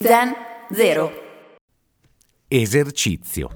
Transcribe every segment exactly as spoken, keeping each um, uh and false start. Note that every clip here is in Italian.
Zen Zero. Esercizio.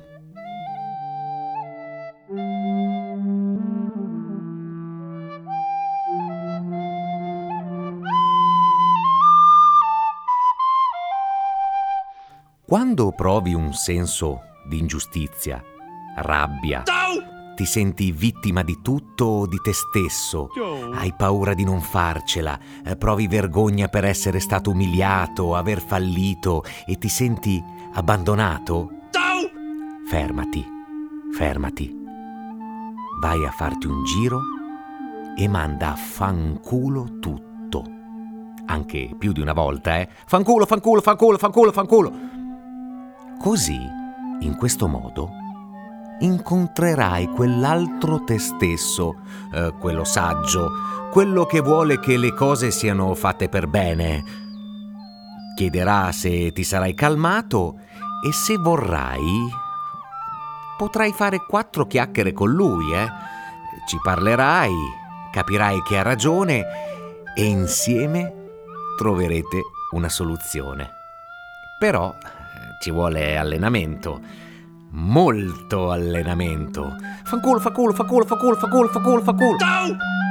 Quando provi un senso di ingiustizia, rabbia, ti senti vittima di tutto o di te stesso, hai paura di non farcela, provi vergogna per essere stato umiliato, aver fallito e ti senti abbandonato, fermati, fermati. Vai a farti un giro e manda a fanculo tutto. Anche più di una volta, eh? Fanculo, fanculo, fanculo, fanculo, fanculo. Così, in questo modo, incontrerai quell'altro te stesso, eh, quello saggio, quello che vuole che le cose siano fatte per bene. Chiederà se ti sarai calmato e se vorrai, potrai fare quattro chiacchiere con lui, eh? Ci parlerai, capirai che ha ragione e insieme troverete una soluzione. Però ci vuole allenamento, molto allenamento. Fanculo, fanculo, fanculo, fanculo, fanculo, fanculo, fanculo.